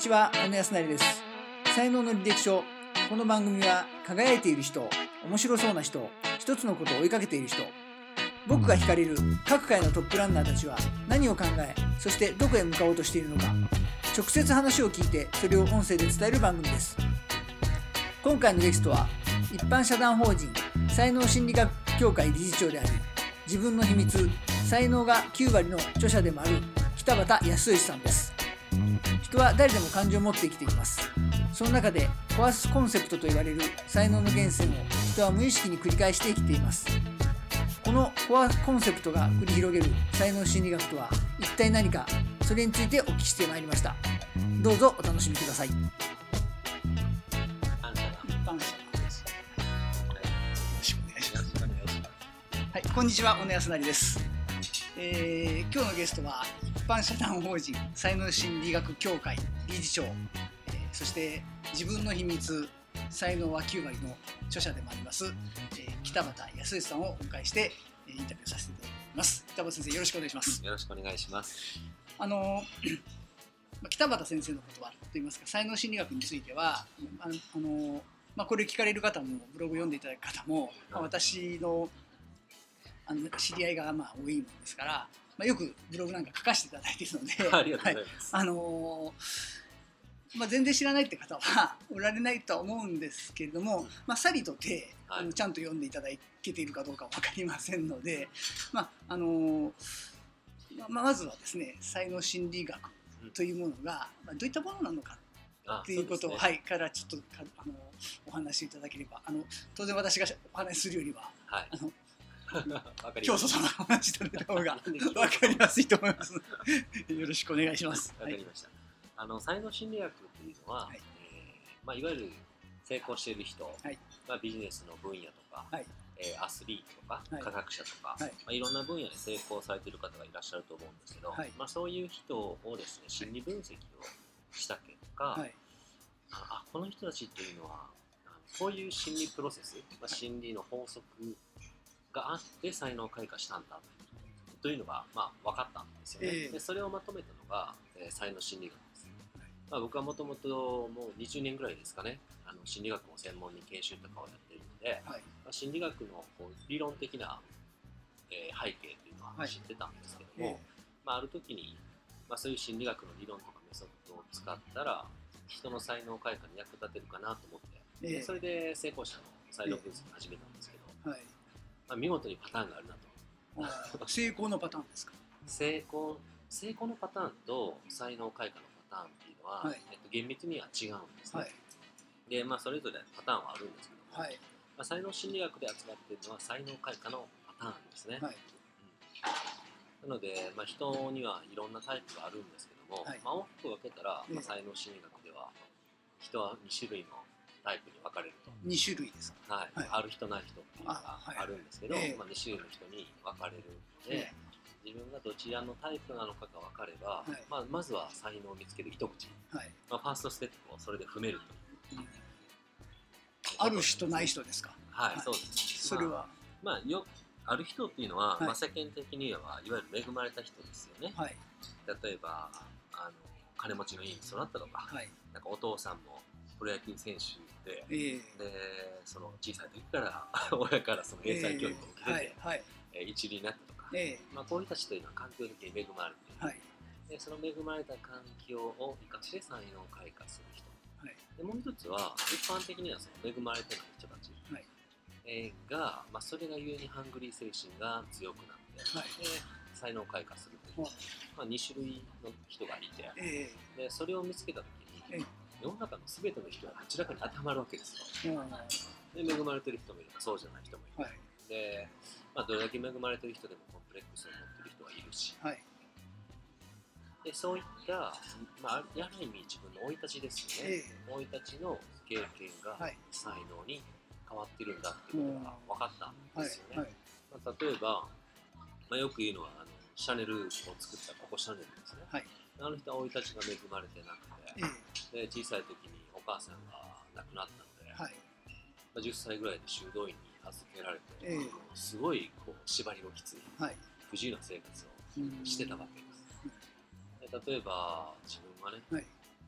ちは、小野康成です。才能の履歴書。この番組は輝いている人、面白そうな人、一つのことを追いかけている人、僕が惹かれる各界のトップランナーたちは何を考え、そしてどこへ向かおうとしているのか、直接話を聞いてそれを音声で伝える番組です。今回のゲストは一般社団法人才能心理学協会理事長であり、自分の秘密才能が9割の著者でもある北畑康義さんです。人は誰でも感情を持って生きています。その中でコアスコンセプトと言われる才能の源泉を人は無意識に繰り返して生きています。このコアコンセプトが繰り広げる才能心理学とは一体何か、それについてお聞きしてまいりました。どうぞお楽しみください。一般社です。よろしくお願いします。はい、こんにちは、小野康成です。今日のゲストは一般社団法人才能心理学協会理事長、そして自分の秘密才能は9割の著者でもあります、北畑康義さんをお迎えしてインタビューさせていただきます。北畑先生、よろしくお願いします。 よろしくお願いします。 北畑先生の言葉といいますか、才能心理学についてはこれ聞かれる方もブログ読んでいただく方も、私の知り合いが多いものですから、よくブログなんか書かせていただいているので、 ありがとうございます。 全然知らないって方はおられないとは思うんですけれども、さりとてちゃんと読んでいただけているかどうかは分かりませんので、まずはですね、才能心理学というものがどういったものなのかということを、からちょっとお話しいただければ、当然私がお話しするよりは、教祖様がお話しいただいた方が分かりやすいと思いますのでよろしくお願いします。 わかりました。才能心理学っていうのは、いわゆる成功している人、ビジネスの分野とか、アスリートとか、科学者とか、いろんな分野で成功されている方がいらっしゃると思うんですけど、そういう人をですね、心理分析をした結果、この人たちっていうのはこういう心理プロセス、心理の法則があって才能を開花したんだというのが分かったんですよね。でそれをまとめたのが、才能心理学です。僕はもともともう20年ぐらいですかね、心理学を専門に研修とかをやっているので、心理学の理論的な、背景というのは知ってたんですけども、ある時に、そういう心理学の理論とかメソッドを使ったら人の才能開花に役立てるかなと思って、それで成功者の才能分析を始めたんですけど、見事にパターンがあるなと。 成功のパターンですか？ 成功のパターンと才能開花のパターンっていうのは、厳密には違うんですね。で、それぞれパターンはあるんですけども、才能心理学で扱っているのは才能開花のパターンですね。なので、人にはいろんなタイプがあるんですけども、大きく分けたら、才能心理学では人は2種類のタイプに分かれると。 2種類ですか？ ある人ない人っていうのがあるんですけど、2種類の人に分かれるので、自分がどちらのタイプなのかが分かれば、まずは才能を見つける糸口、ファーストステップをそれで踏めるという、 ある人ない人ですか？ そうです。 それはある人っていうのは、世間的にはいわゆる恵まれた人ですよね。例えば金持ちの家に育ったとか、なんかお父さんもプロ野球選手で、その小さい時から親からその英才教育を受けて、一流になったとか、こういう人たちというのは環境的に恵まれている、でその恵まれた環境を生かして才能を開花する人、でもう一つは一般的にはその恵まれてない人たち、が、それがゆえにハングリー精神が強くなって、才能を開花するという、2種類の人がいて、でそれを見つけたときに、世の中の全ての人はどちらかに当てはまるわけですよ。で恵まれてる人もいればそうじゃない人もいる。でどれだけ恵まれてる人でもコンプレックスを持ってる人はいるし、でそういった、ある意味自分の生い立ちですよね。生い立ちの経験が才能に変わってるんだっていうことが分かったんですよね。例えば、よく言うのはシャネルを作ったココ・シャネルですね。あの人は生い立ちが恵まれてなくて、で小さい時にお母さんが亡くなったので、10歳ぐらいで修道院に預けられて、すごい縛りのきつい、不自由な生活をしてたわけです。で例えば自分はね、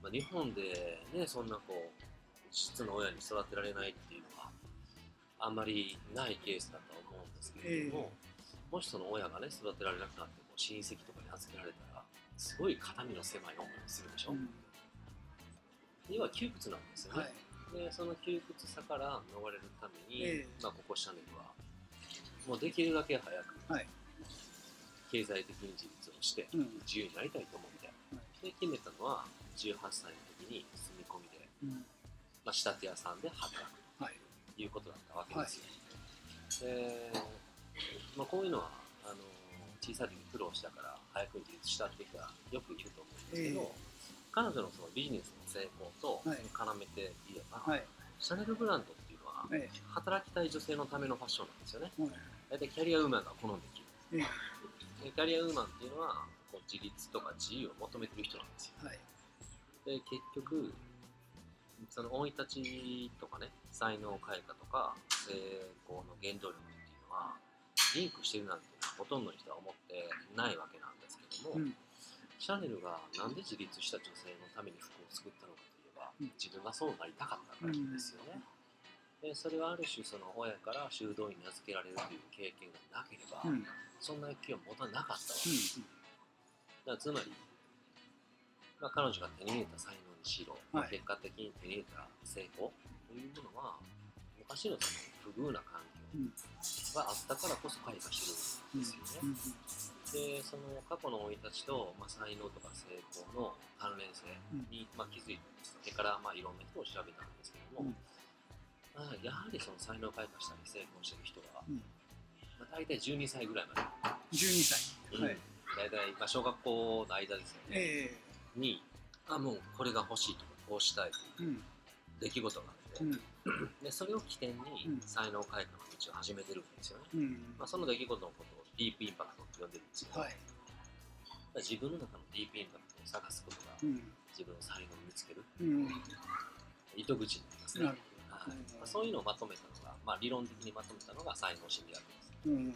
日本でねそんなこう実の親に育てられないっていうのはあんまりないケースだと思うんですけれども、もしその親がね育てられなくなっても親戚とかに預けられたらすごい肩身の狭い思いをするでしょ、要は窮屈なんですよね、でその窮屈さから逃れるために、ここシャネルはもうできるだけ早く、経済的に自立をして自由になりたいと思って、で決めたのは18歳の時に住み込みで、仕立て屋さんで働くということだったわけですよ、でこういうのは小さい時に苦労したから早くに自立したって人はよく言うと思うんですけど、彼女のそのビジネスの成功とその絡めて言えば、シャネルブランドっていうのは、働きたい女性のためのファッションなんですよね、大体キャリアウーマンが好んで着る、でキャリアウーマンっていうのはこう自立とか自由を求めてる人なんですよ、で結局その生い立ちとかね才能開花とか成功の原動力っていうのはリンクしてるなんてほとんどの人は思ってないわけなんですけども、シャネルがなんで自立した女性のために服を作ったのかといえば、自分がそうなりたかったからですよね、でそれはある種その親から修道院に預けられるという経験がなければ、そんな欲求を持たなかったわけです、だからつまり、彼女が手に入れた才能にしろ、結果的に手に入れた成功というものは昔のその不遇な環境があったからこそ開花してるんですよね、でその過去の生い立ちと、才能とか成功の関連性に、気づいてから、いろんな人を調べたんですけども、やはりその才能開花したり成功してる人は、大体12歳ぐらいまで 12歳、 大体、小学校の間ですよね、にもうこれが欲しいとかこうしたいという出来事があって、でそれを起点に才能開花の道を始めてるんですよね、その出来事のことをディープインパクトって呼んでるんですけど、自分の中のディープインパクトを探すことが、自分の才能を見つける、糸口になりますね、そういうのをまとめたのが、理論的にまとめたのが才能心理学です、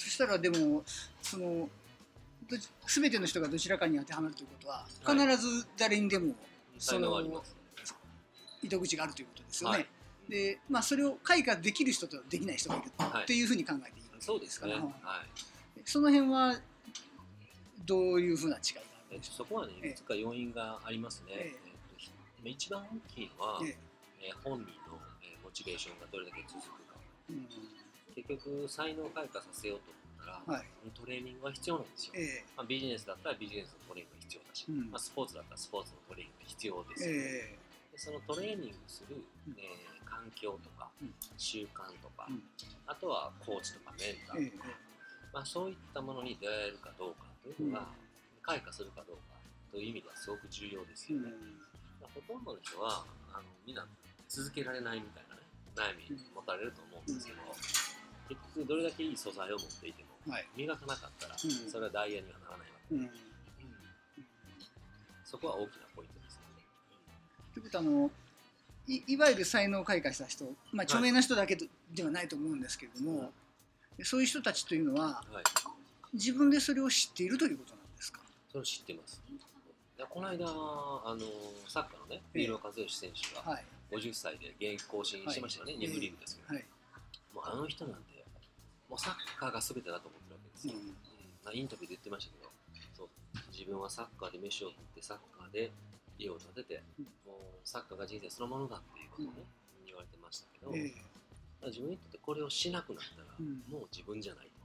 そしたらでもその全ての人がどちらかに当てはまるということは、必ず誰にでもその糸口があるということですよね、でそれを開花できる人とできない人がいるっていうふうに考えていいですかね、その辺はどういうふうな違いがあるんでしょうか。 そこはねいくつか要因がありますね、一番大きいのは、本人のモチベーションがどれだけ続くか、結局才能開花させようと思ったら、トレーニングが必要なんですよ、ビジネスだったらビジネスのトレーニングが必要だし、スポーツだったらスポーツのトレーニングが必要ですよね、でそのトレーニングする、環境とか、習慣とか、あとはコーチとかメンターとか、そういったものに出会えるかどうかというのが、開花するかどうかという意味ではすごく重要ですよね、ほとんどの人はみんな続けられないみたいなね悩み持たれると思うんですけど、結局どれだけいい素材を持っていても、磨かなかったらそれはダイヤにはならないわけで、そこは大きなポイントですね。 ということはいわゆる才能を開花した人、著名な人だけではないと思うんですけれども、そういう人たちというのは、自分でそれを知っているということなんですか。 それを知ってます。この間サッカーのね三浦知良選手が50歳で現役更新しましたよね、2部リーグですけど、もうあの人なんてもうサッカーが全てだと思ってるわけですよ、インタビューで言ってましたけど、そう自分はサッカーで飯を食ってサッカーで家を建てて、もうサッカーが人生そのものだっていうことをね、言われてましたけど、自分にとってこれをしなくなったら、もう自分じゃないと、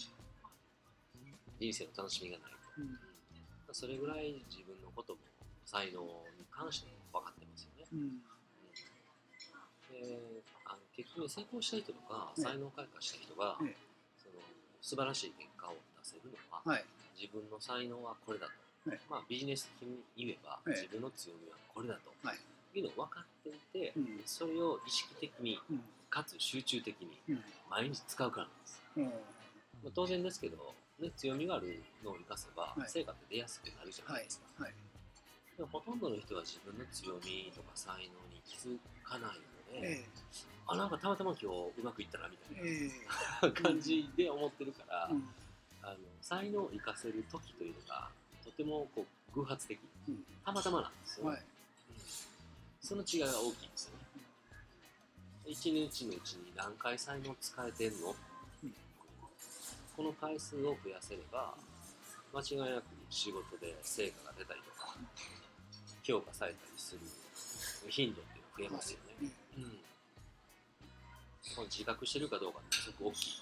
人生の楽しみがないと、それぐらい自分のことも才能に関しても分かってますよね、で結局成功した人とか才能開花した人が、その素晴らしい結果を出せるのは、自分の才能はこれだと、ビジネス的に言えば、自分の強みはこれだと、いうのを分かっていて、それを意識的に、かつ集中的に毎日使うからなんです、当然ですけど、強みがあるのを生かせば、成果って出やすくなるじゃないですか、でもほとんどの人は自分の強みとか才能に気づかないので、なんかたまたま今日うまくいったなみたいな、感じで思ってるから、才能を生かせる時というのがとてもこう偶発的、たまたまなんですよ、その違いが大きいですよね。一日のうちに何回才能使えてんの、この回数を増やせれば間違いなく仕事で成果が出たりとか評価されたりする頻度っていうのが増えますよね。この自覚してるかどうかってすごく大きい。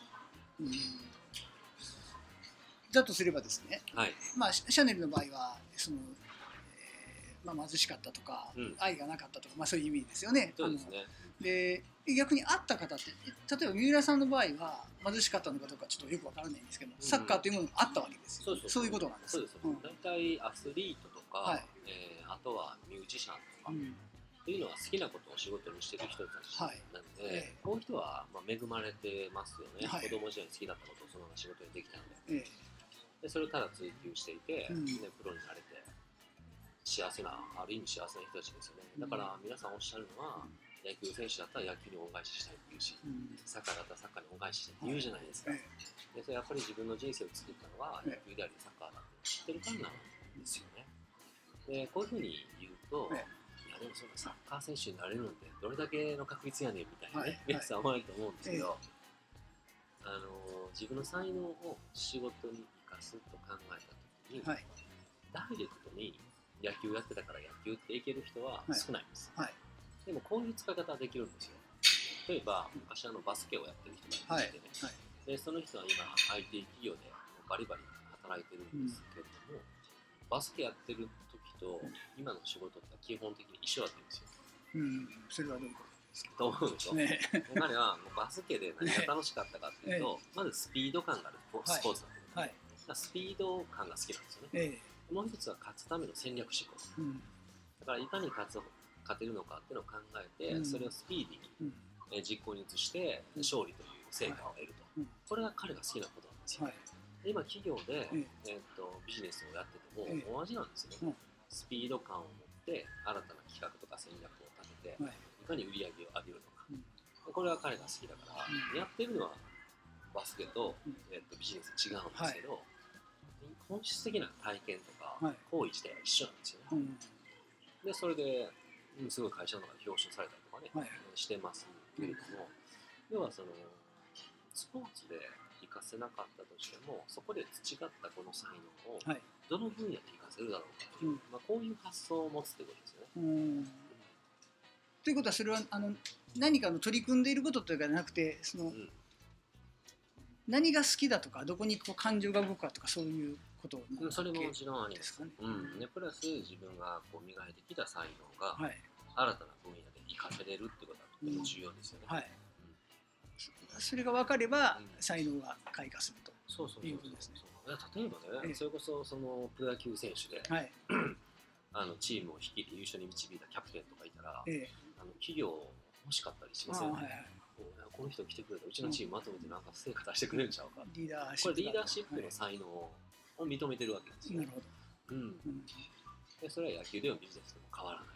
だとすればですね、 はい、 シャネルの場合はその、貧しかったとか、愛がなかったとか、そういう意味ですよね。 そうですね。 で逆に会った方って例えば三浦さんの場合は貧しかったのかどうかちょっとよくわからないんですけど、サッカーというものがあったわけですよ。そういうことなんです。 そうです。大体アスリートとか、あとはミュージシャンとか、っていうのは好きなことを仕事にしてる人たちなので、こういう人は恵まれてますよね。子供時代に好きだったことをそのまま仕事にできたので、でそれをただ追求していて、でプロになれて幸せな、ある意味幸せな人たちですよね。だから皆さんおっしゃるのは、野球選手だったら野球に恩返ししたいって言うし、サッカーだったらサッカーに恩返ししたいって言うじゃないですか。でそれやっぱり自分の人生を作ったのは野球でありサッカーだって知ってるからなんですよね。でこういうふうに言うと、いやでもそのサッカー選手になれるのってどれだけの確率やねんみたいなね、皆さん思われると思うんですけど、自分の才能を仕事に生かすと考えたときに、ダイレクトに野球やってたから野球っていける人は少ないんです。でもこういう使い方はできるんですよ。例えば昔バスケをやってる人がいてね、でその人は今 IT 企業でバリバリ働いてるんですけれども、バスケやってる時と今の仕事って基本的に一緒だったんですよ。 それはどういうことですかと思うでしょ、彼はもうバスケで何が楽しかったかっていうと、まずスピード感があるスポーツだったんです。スピード感が好きなんですよね。もう一つは勝つための戦略思考、だからいかに勝てるのかっていうのを考えて、それをスピーディーに実行に移して勝利という成果を得ると、これが彼が好きなことなんですよ。今企業で、ビジネスをやってても同じなんですよね。スピード感を持って新たな企画とか戦略を立てて、いかに売り上げを上げるのか、これは彼が好きだから、やってるのはバスケと、ビジネス違うんですけど、本質的な体験とか行為自体は一緒なんですよね。でそれですごい会社の中で表彰されたりとかね、してますけれども、要はそのスポーツで活かせなかったとしても、そこで培ったこの才能をどの分野で活かせるだろうかという、こういう発想を持つということですよね。 ということは、それは何かの取り組んでいることというかじゃなくて、その、何が好きだとか、どこに感情が動くかとか、そういうことなそれももちろんありますかね。プラス自分が磨いてきた才能が新たな分野で活かせれるってことはとても重要ですよね。 それが分かれば才能が開花するということですね。 例えばね、それこそプロ野球選手でチームを率いて優勝に導いたキャプテンとかいたら、企業欲しかったりしますよね。この人来てくれた、うちのチームまとめてなんか成果出してくれるんちゃうか。これリーダーシップの才能を認めてるわけですよ。 なるほど。 でそれは野球でもビジネスでも変わら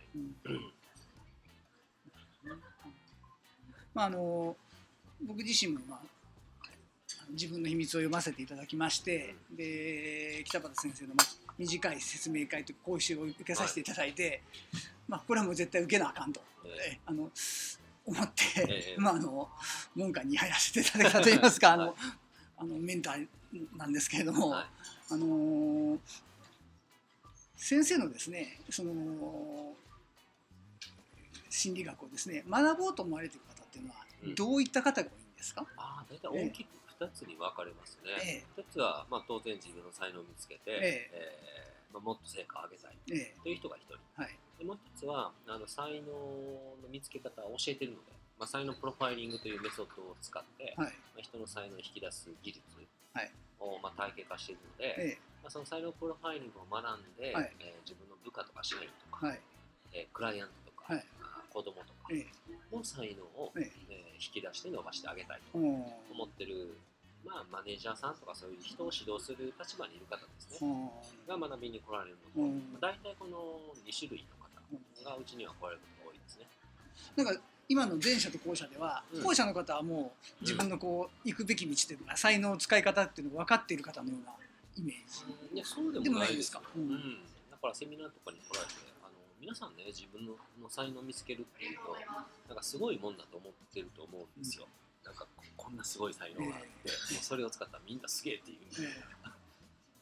ない。僕自身も、自分の秘密を読ませていただきまして、で北畑先生の短い説明会という講習を受けさせていただいて、これはもう絶対受けなあかんと、思って、門下に入らせていただいたといいますか、メンターなんですけれども、先生のですね、心理学をですね、学ぼうと思われている方っていうのはどういった方が多いんですか？ 大体大きく2つに分かれますね。1つは、当然自分の才能を見つけて、もっと成果を上げたいという人が1人、でもう1つは才能の見つけ方を教えているので、才能プロファイリングというメソッドを使って、人の才能を引き出す技術を体系化しているので、その才能プロファイリングを学んで、自分の部下とか社員とか、クライアントとか、子供とかの才能を、引き出して伸ばしてあげたいと思ってる、マネージャーさんとかそういう人を指導する立場にいる方ですね、が学びに来られるのと、大体この2種類の方がうちには来られることが多いですね。 なんか今の前者と後者では、後者の方はもう自分の行くべき道というか、才能の使い方っていうのが分かっている方のようなイメージ。 いやそうでもないですか。だからセミナーとかに来られて皆さんね自分の才能を見つけるっていうとなんかすごいもんだと思ってると思うんですよ、なんかこんなすごい才能があって、もうそれを使ったらみんなすげえっていう、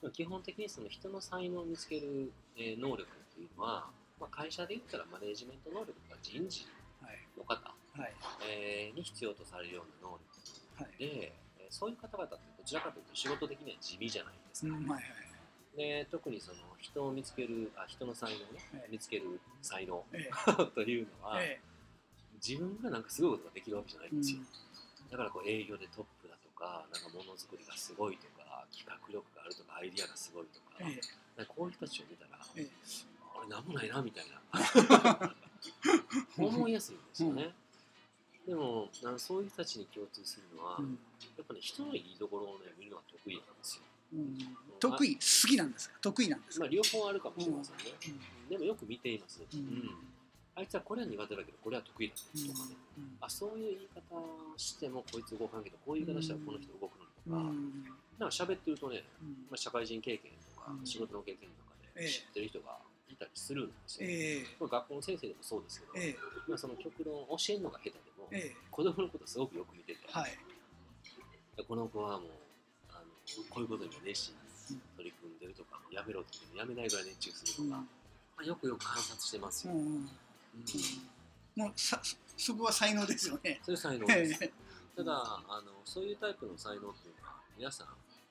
基本的にその人の才能を見つける、能力っていうのは、会社で言ったらマネージメント能力とか人事の方、に必要とされるような能力で、そういう方々ってどちらかというと仕事的には地味じゃないですか、で特にその人を見つける人の才能をね、見つける才能、というのは、自分がなんかすごいことができるわけじゃないんですよ、だから営業でトップだとか、なんかものづくりがすごいとか、企画力があるとか、アイディアがすごいとか、こういう人たちを見たら、俺なんもないなみたいな思いやすいんですよね、でもそういう人たちに共通するのは、やっぱね人のいいところをね見るのは得意なんですよ、 得意、好きなんですか、得意なんですか。 両方あるかもしれませんね、でもよく見ています、あいつはこれは苦手だけどこれは得意だとかね、そういう言い方してもこいつ動かんけどこういう言い方したらこの人動くのにとか、なんか喋ってるとね、社会人経験とか仕事の経験の中で知ってる人がいたりするんですよ、学校の先生でもそうですけど、その極論教えるのが下手でも、子供のことすごくよく見てて、この子はもうこういうことに熱心に取り組んでるとか、やめろって言ってもやめないぐらい熱中するとか、よく観察してますよ、 もうそこは才能ですよね。 そういう才能です。ただそういうタイプの才能っていうのは皆さんは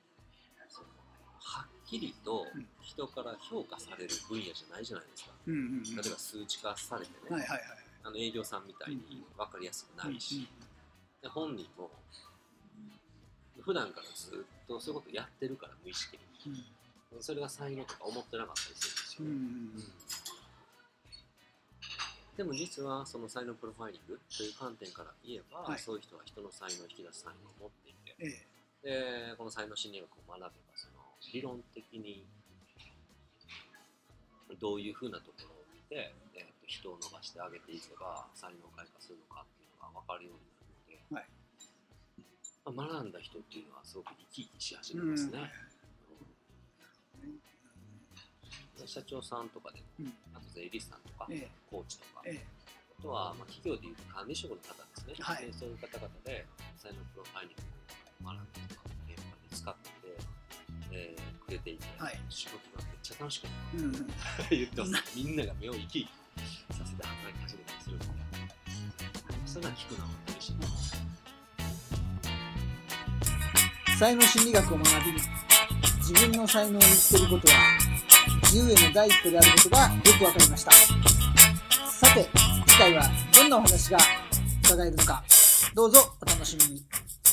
っきりと人から評価される分野じゃないじゃないですか、例えば数値化されてね、営業さんみたいに分かりやすくないし、で本人も普段からずっとそういうことやってるから無意識に、それが才能とか思ってなかったりするんですよ、でも実はその才能プロファイリングという観点から言えば、そういう人は人の才能を引き出す才能を持っていて、でこの才能心理学を学べばその理論的にどういうふうなところを見て、人を伸ばしてあげていけば才能を開花するのかっていうのが分かるようになるので、学んだ人っていうのはすごく生き生きし始めますね、社長さんとかで、あと税理士さんとか、コーチとか、あとは企業でいうと管理職の方ですね、そういう方々で才能プロファイリングを学んでとか現場で使ってくれていて、仕事がめっちゃ楽しくなる、言ってます、みんなが目を生き生きさせて働き始めたりするので、それは聞くのは本当に嬉しいです。 才能心理学を学び、自分の才能を見つけることは自由への第一歩であることがよくわかりました。さて次回はどんなお話が伺えるのか、どうぞお楽しみに。